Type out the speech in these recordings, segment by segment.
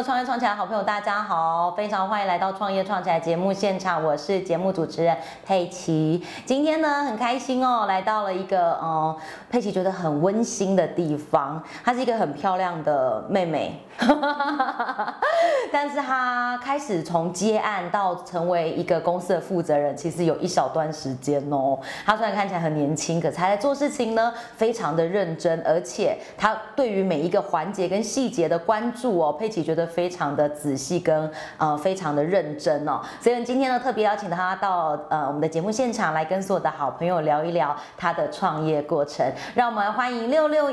的创业创起来好朋友，大家好，非常欢迎来到创业创起来节目现场，我是节目主持人佩琪。今天呢很开心哦，来到了一个佩琪觉得很温馨的地方，她是一个很漂亮的妹妹。但是她开始从接案到成为一个公司的负责人，其实有一小段时间哦。她虽然看起来很年轻，可是她在做事情呢非常的认真，而且她对于每一个环节跟细节的关注哦，佩琪觉得非常的仔细跟非常的认真哦。所以今天呢特别邀请她到我们的节目现场来跟所有的好朋友聊一聊她的创业过程。让我们欢迎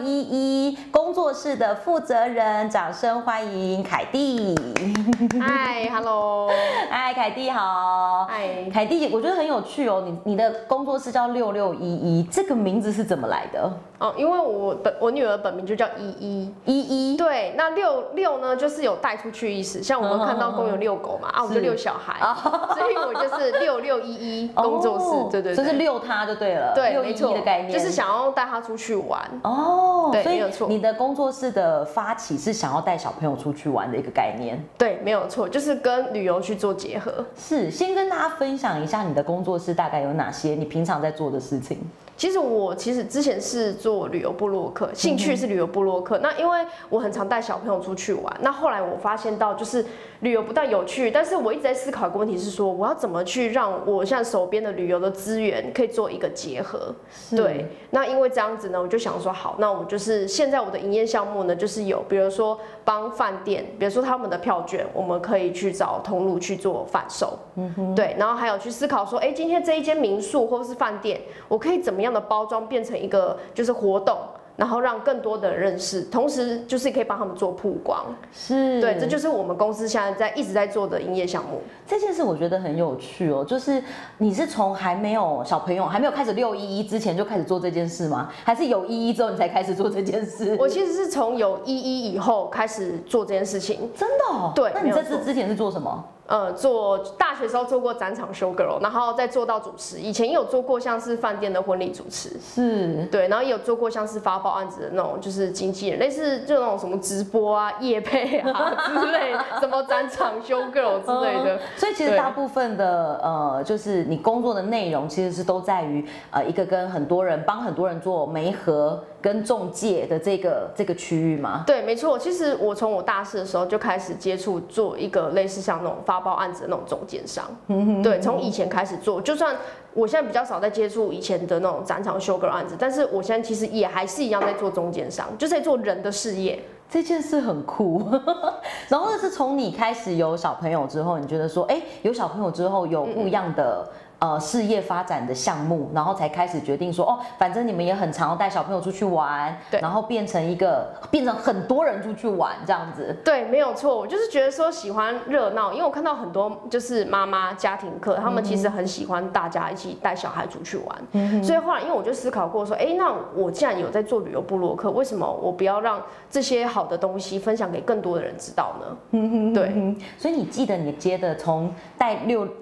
6611工作室的负责人，掌声欢迎凯蒂。 嗨 ，Hello， 嗨，凯蒂好。 嗨， 凯蒂，我觉得很有趣哦。你的工作室叫6611，这个名字是怎么来的？ 哦，因为我女儿本名就叫依依，对，那六呢就是有带出去意思，像我们看到公园遛狗嘛，我就遛小孩，所以我就是6611工作室，对， 就是遛他就对了， 对，没错的概念， 就是想要带他出去玩。 哦， 对， 所以没有错。 你的工作室的发起是想要带小朋友出去玩的一个概念， 对，没有错，就是跟旅游去做结合。 是，先跟大家分享一下你的工作室大概有哪些你平常在做的事情。 其实我之前是做旅游部落客，兴趣是旅游部落客。那因为我很常带小朋友出去玩，那后来我发现到就是旅游不但有趣，但是我一直在思考一个问题是说，我要怎么去让我现在手边的旅游的资源可以做一个结合。对，那因为这样子呢，我就想说好，那我就是现在我的营业项目呢，就是有比如说帮饭店，比如说他们的票券，我们可以去找通路去做贩售。对，然后还有去思考说，哎，今天这一间民宿或是饭店，我可以怎么样的包装变成一个就是活动，然后让更多的人认识，同时就是可以帮他们做曝光。 是， 对，这就是我们公司现在一直在做的营业项目。 这件事我觉得很有趣哦，就是你是从还没有小朋友还没有开始611之前就开始做这件事吗？还是有11之后你才开始做这件事？ 我其实是从有11以后开始做这件事情。 真的哦？ 对。 那你这次之前是做什么？ 做大学时候做过展场 show girl， 然后再做到主持。以前也有做过像是饭店的婚礼主持， 是， 对，然后也有做过像是发包案子的那种，就是经纪人，类似就那种什么直播啊、业配啊之类，什么展场 show girl 之类的。 所以其实大部分的就是你工作的内容其实是都在于一个跟很多人帮很多人做媒合跟中介的这个区域吗？ 对，没错。其实我从我大四的时候就开始接触做一个类似像那种发包案子的那种中间商。对，从以前开始做，就算我现在比较少在接触以前的那种展场 show girl 案子，但是我现在其实也还是一样在做中间商，就是在做人的事业。 这件事很酷。然后是从你开始有小朋友之后，你觉得说，哎，有小朋友之后有不一样的事业发展的项目，然后才开始决定说，哦，反正你们也很常带小朋友出去玩，对，然后变成很多人出去玩这样子。 对，没有错。我就是觉得说喜欢热闹，因为我看到很多就是妈妈家庭课，他们其实很喜欢大家一起带小孩出去玩。所以后来因为我就思考过说，哎，那我既然有在做旅游部落客，为什么我不要让这些好的东西分享给更多的人知道呢？对。 所以你记得你接的从带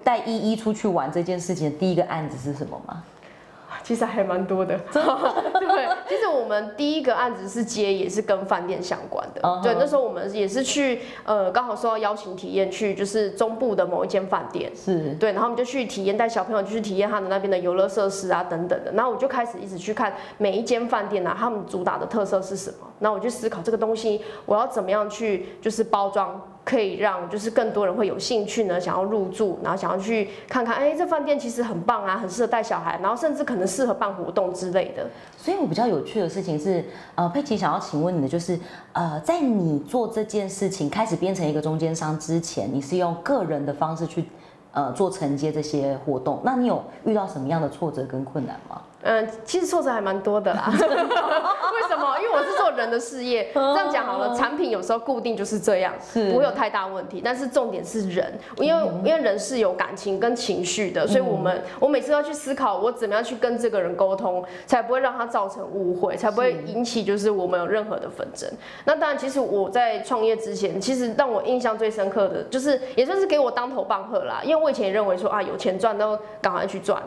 11出去玩这件事情的第一个案子是什么吗？ 其实还蛮多的，对。其实我们第一个案子是接也是跟饭店相关的，对。那时候我们也是去刚好受到邀请体验去就是中部的某一间饭店， 是对。然后我们就去体验，带小朋友就去体验他们那边的游乐设施啊等等的。然后我就开始一直去看每一间饭店啊，他们主打的特色是什么。然后我就思考这个东西我要怎么样去就是包装，可以让就是更多人会有兴趣呢，想要入住，然后想要去看看，哎，这饭店其实很棒啊，很适合带小孩，然后甚至可能适合办活动之类的。 所以我比较有趣的事情是，佩琪想要请问你的就是，在你做这件事情开始变成一个中间商之前，你是用个人的方式去做承接这些活动，那你有遇到什么样的挫折跟困难吗？ 其实挫折还蛮多的啦。为什么？因为我是做人的事业，这样讲好了，产品有时候固定就是这样，不会有太大问题。但是重点是人，因为人是有感情跟情绪的，所以我每次都要去思考，我怎么样去跟这个人沟通，才不会让他造成误会，才不会引起就是我们有任何的纷争。那当然，其实我在创业之前，其实让我印象最深刻的就是，也算是给我当头棒喝啦，因为我以前也认为说啊，有钱赚都赶快去赚。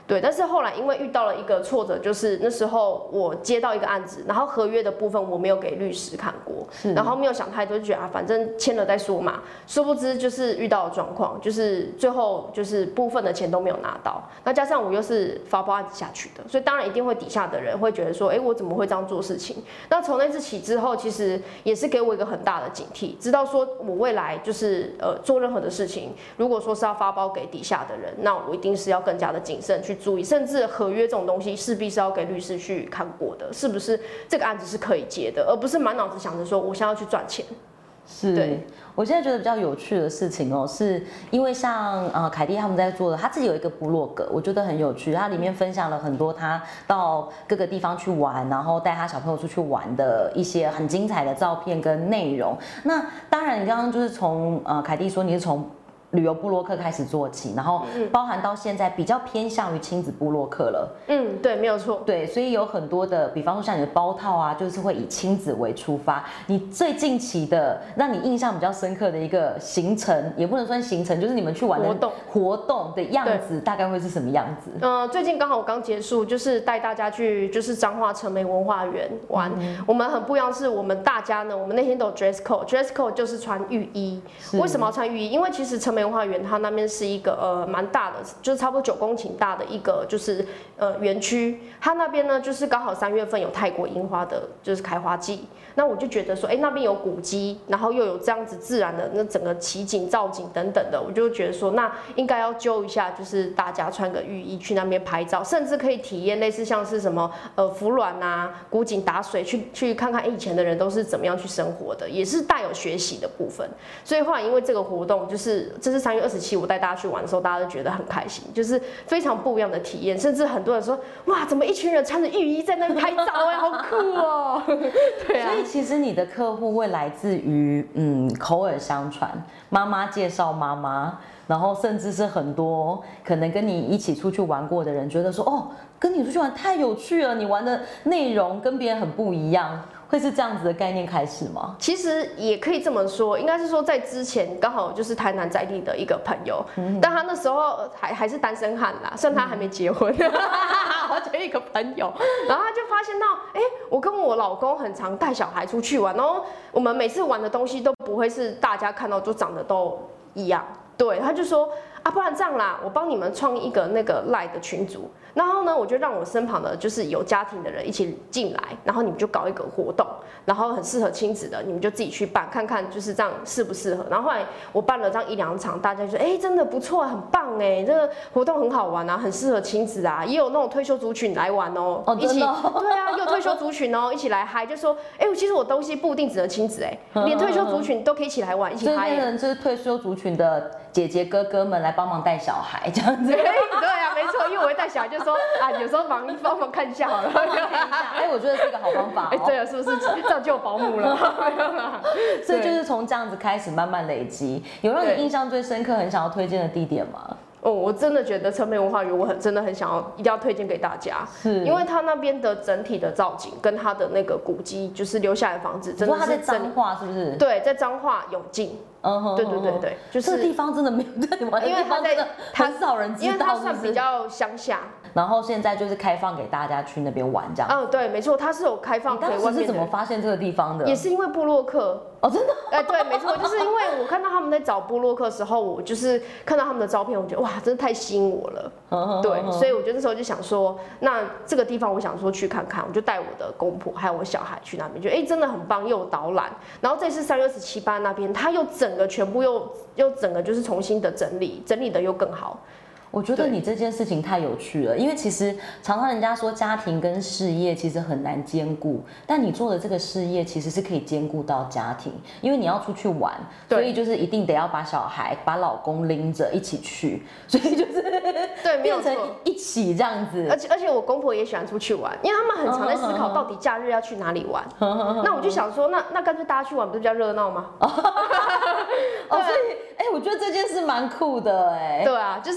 对，但是后来因为遇到了一个挫折，就是那时候我接到一个案子，然后合约的部分我没有给律师看过，然后没有想太多，就觉得啊，反正签了再说嘛。殊不知就是遇到的状况，就是最后就是部分的钱都没有拿到。那加上我又是发包案子下去的，所以当然一定会底下的人会觉得说，哎，我怎么会这样做事情？那从那次起之后，其实也是给我一个很大的警惕，知道说我未来就是做任何的事情，如果说是要发包给底下的人，那我一定是要更加的谨慎去注意，甚至合约这种东西势必是要给律师去看过的，是不是这个案子是可以接的，而不是满脑子想着说我现在要去赚钱。 是，对，我现在觉得比较有趣的事情哦，是因为像凯蒂他们在做的，他自己有一个部落格，我觉得很有趣，他里面分享了很多他到各个地方去玩，然后带他小朋友出去玩的一些很精彩的照片跟内容。那当然，你刚刚就是从凯蒂说你是从旅游部落客开始做起，然后包含到现在比较偏向于亲子部落客了。 对，没有错。 对，所以有很多的，比方说像你的包套啊，就是会以亲子为出发。你最近期的让你印象比较深刻的一个行程，也不能算行程，就是你们去玩的活动的样子，大概会是什么样子？ 最近刚好我刚结束，就是带大家去就是彰化成美文化园玩。我们很不一样，是我们大家呢，我们那天都有 dress code，dress code 就是穿浴衣。为什么要穿浴衣？因为其实成美文化园它那边是一个蛮大的，就是差不多9公顷大的一个就是园区，它那边呢就是刚好3月份有泰国樱花的就是开花季，那我就觉得说，那边有古迹，然后又有这样子自然的那整个奇景造景等等的，我就觉得说，那应该要揪一下，就是大家穿个浴衣去那边拍照，甚至可以体验类似像是什么服卵啊、古井打水，去看看以前的人都是怎么样去生活的，也是带有学习的部分。所以后来因为这个活动，就是这是3月27我带大家去玩的时候，大家都觉得很开心，就是非常不一样的体验，甚至很多人说，哇，怎么一群人穿着浴衣在那边拍照好酷哦！对啊。 所以其实你的客户会来自于口耳相传，妈妈介绍妈妈，然后甚至是很多可能跟你一起出去玩过的人，觉得说哦，跟你出去玩太有趣了，你玩的内容跟别人很不一样。会是这样子的概念开始吗？ 其实也可以这么说，应该是说在之前刚好就是台南在地的一个朋友，但他那时候还是单身汉啦，虽然他还没结婚，我就一个朋友，然后他就发现到，我跟我老公很常带小孩出去玩，然后我们每次玩的东西都不会是大家看到就长得都一样，对，他就说啊，不然这样啦，我帮你们创一个那个 LINE 的群组。然后呢，我就让我身旁的就是有家庭的人一起进来，然后你们就搞一个活动，然后很适合亲子的，你们就自己去办，看看就是这样适不适合。然后后来我办了这样1-2场，大家就说，真的不错，很棒这个活动很好玩啊，很适合亲子啊，也有那种退休族群来玩哦，一起，对啊，也有退休族群哦，一起来嗨，就说，其实我东西不一定只能亲子连退休族群都可以一起来玩，一起嗨。 变成就是退休族群的姐姐哥哥们来帮忙带小孩这样子。 对啊，没错，因为我会带小孩，就说啊，有时候帮忙看一下好了。 我觉得是一个好方法。 对啊，是不是这样就有保姆了？ 所以就是从这样子开始慢慢累积。有让你印象最深刻、很想要推荐的地点吗？ 我真的觉得成美文化园，我真的很想要，一定要推荐给大家，因为它那边的整体的造景跟它的那个古迹，就是留下来的房子，真的是。 它在彰化是不是？ 对，在彰化永靖。对，就是这个地方真的没有对， 因为它很少人知道， 因为它算比较乡下。 然后现在就是开放给大家去那边玩这样。 对，没错，它是有开放给外面的人。 你当时是怎么发现这个地方的？ 也是因为部落客。 真的？ 对，没错，就是因为我看到他们在找部落客的时候，我就是看到他们的照片，我觉得哇，真的太吸引我了。对，所以我觉得那时候就想说，那这个地方我想说去看看，我就带我的公婆还有我小孩去那边，觉得真的很棒，又有导览。然后这次3月27、28那边，它又整个全部又整个就是重新的整理的又更好。 我觉得你这件事情太有趣了，因为其实常常人家说家庭跟事业其实很难兼顾，但你做的这个事业其实是可以兼顾到家庭，因为你要出去玩，所以就是一定得要把小孩、把老公拎着一起去，所以就是对， 变成一起这样子。 而且我公婆也喜欢出去玩，因为他们很常在思考到底假日要去哪里玩。那我就想说，那干脆大家去玩，不是比较热闹吗？ 所以我觉得这件事蛮酷的对啊，就是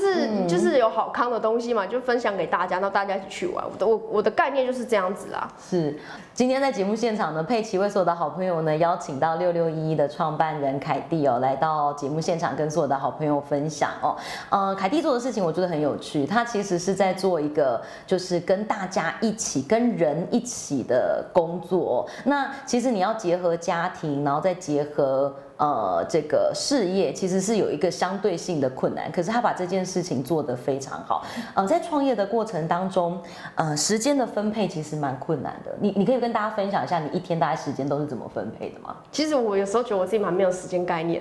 就是有好康的东西嘛，就分享给大家，让大家一起去玩。我的概念就是这样子啦。 是，今天在节目现场呢，佩奇为所有的好朋友呢邀请到6611的创办人凯蒂哦，来到节目现场跟所有的好朋友分享哦。凯蒂做的事情我觉得很有趣，他其实是在做一个就是跟大家一起、跟人一起的工作。那其实你要结合家庭，然后再结合这个事业，其实是有一个相对性的困难，可是他把这件事情做得非常好。在创业的过程当中，时间的分配其实蛮困难的。你可以跟大家分享一下，你一天大概时间都是怎么分配的吗？ 其实我有时候觉得我自己蛮没有时间概念。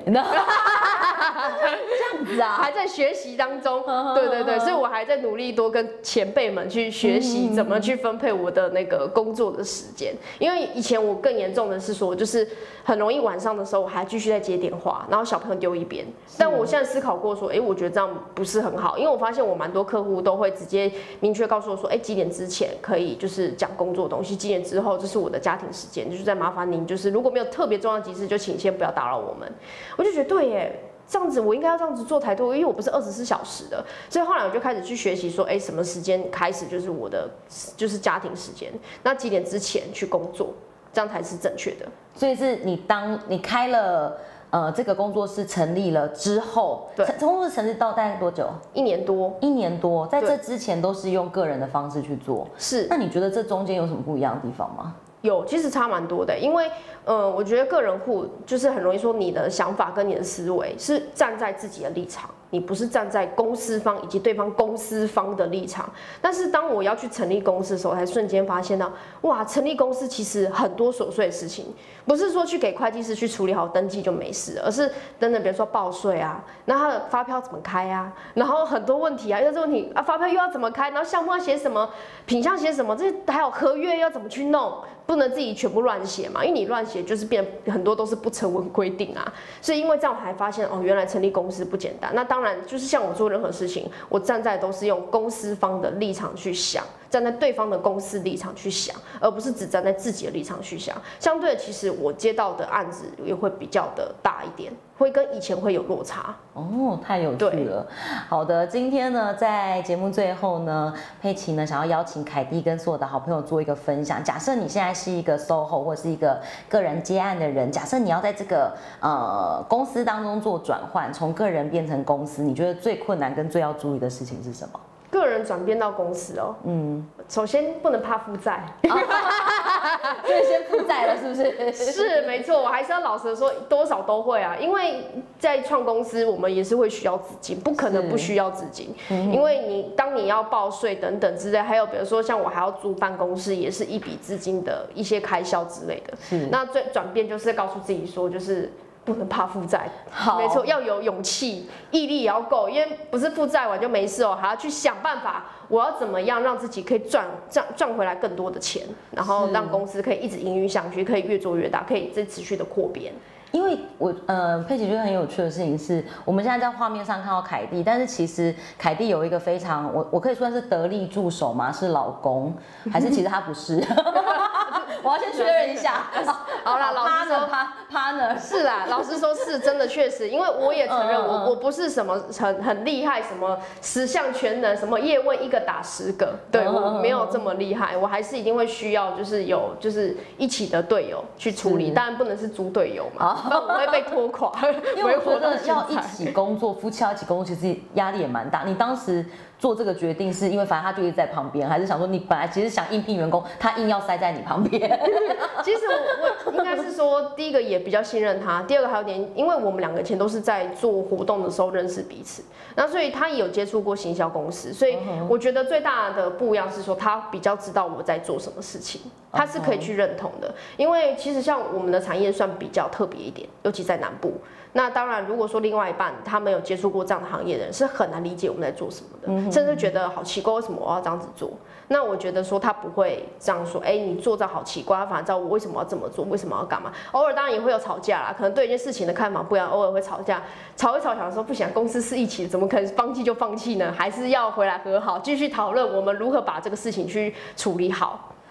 这样子啊， 还在学习当中，对，所以我还在努力多跟前辈们去学习怎么去分配我的那个工作的时间。因为以前我更严重的是说，就是很容易晚上的时候我还继续在接电话，然后小朋友丢一边。但我现在思考过说，我觉得这样不是很好，因为我发现我蛮多客户都会直接明确告诉我说，几点之前可以就是讲工作的东西，几点之后这是我的家庭时间，就是再麻烦您，就是如果没有特别重要急事，就请先不要打扰我们。我就觉得对耶。这样子我应该要这样子做才对，因为我不是24小时的，所以后来我就开始去学习说，什么时间开始就是我的就是家庭时间，那几点之前去工作，这样才是正确的。 所以是你开了这个工作室成立了之后，对，工作室成立到大概多久 ？1年多。 1年多，在这之前都是用个人的方式去做。 是。 那你觉得这中间有什么不一样的地方吗？ 有，其实差蛮多的，因为我觉得个人户就是很容易说你的想法跟你的思维是站在自己的立场，你不是站在公司方以及对方公司方的立场。但是当我要去成立公司的时候，才瞬间发现到，哇，成立公司其实很多琐碎的事情，不是说去给会计师去处理好登记就没事，而是等等，比如说报税啊，那他的发票怎么开啊，然后很多问题啊，有这问题啊，发票又要怎么开，然后项目要写什么，品项写什么，这还有合约要怎么去弄。不能自己全部乱写嘛，因为你乱写就是变很多都是不成文规定啊，所以因为这样我才发现原来成立公司不简单。那当然就是像我做任何事情，我站在都是用公司方的立场去想，站在对方的公司立场去想，而不是只站在自己的立场去想。相对的，其实我接到的案子也会比较的大一点，会跟以前会有落差。 太有趣了。好的，今天呢，在节目最后呢，佩奇呢想要邀请凯蒂跟所有的好朋友做一个分享。假设你现在是一个 SOHO 或是一个个人接案的人，假设你要在这个公司当中做转换，从个人变成公司，你觉得最困难跟最要注意的事情是什么？ 个人转变到公司首先不能怕负债， 所以先负债了，是不是？ 是没错，我还是要老实的说，多少都会啊，因为在创公司，我们也是会需要资金，不可能不需要资金，因为当你要报税等等之类，还有比如说像我还要租办公室，也是一笔资金的一些开销之类的。那最转变就是告诉自己说，就是不能怕负债，没错，要有勇气，毅力也要够，因为不是负债完就没事还要去想办法，我要怎么样让自己可以赚回来更多的钱，然后让公司可以一直营运下去，可以越做越大，可以再持续的扩编。 因为我佩奇觉得很有趣的事情是，我们现在在画面上看到凯蒂，但是其实凯蒂有一个非常我可以算是得力助手吗？是老公，还是其实他不是？我要先确认一下。 好啦，老实说 partner 是啦，老实说是真的确实，因为我也承认我不是什么很厉害，什么10项全能，什么叶问一个打10个，对我没有这么厉害，我还是一定会需要就是一起的队友去处理，当然不能是猪队友嘛，不然我会被拖垮。 因为我觉得要一起工作，夫妻要一起工作，其实压力也蛮大。你当时做这个决定是因为反正他就一直在旁边，还是想说你本来其实想应聘员工，他硬要塞在你旁边？ 其实我应该是说，第一个也比较信任他，第二个还有点，因为我们2个以前都是在做活动的时候认识彼此，那所以他也有接触过行销公司，所以我觉得最大的不一样是说，他比较知道我在做什么事情，他是可以去认同的。因为其实像我们的产业算比较特别一点，尤其在南部。那当然，如果说另外一半他没有接触过这样的行业的人，是很难理解我们在做什么的，甚至觉得好奇怪，为什么我要这样子做？那我觉得说他不会这样说，你做这好奇怪，他反而知道我为什么要这么做，为什么要干嘛。偶尔当然也会有吵架啦，可能对一件事情的看法不一样，偶尔会吵架，吵一吵，想说不行，公司是一起的，怎么可能放弃就放弃呢？还是要回来和好，继续讨论我们如何把这个事情去处理好。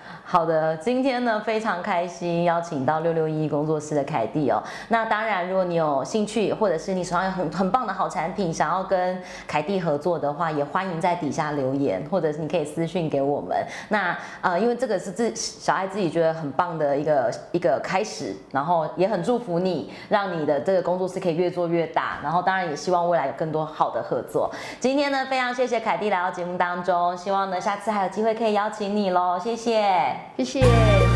好的，今天呢非常开心邀请到661工作室的凯蒂哦。那当然，如果你有兴趣，或者是你手上有很棒的好产品，想要跟凯蒂合作的话，也欢迎在底下留言，或者是你可以私讯给我们。那因为这个是小爱自己觉得很棒的一个开始，然后也很祝福你，让你的这个工作室可以越做越大。然后当然也希望未来有更多好的合作。今天呢，非常谢谢凯蒂来到节目当中，希望呢下次还有机会可以邀请你喽，谢谢。 谢谢。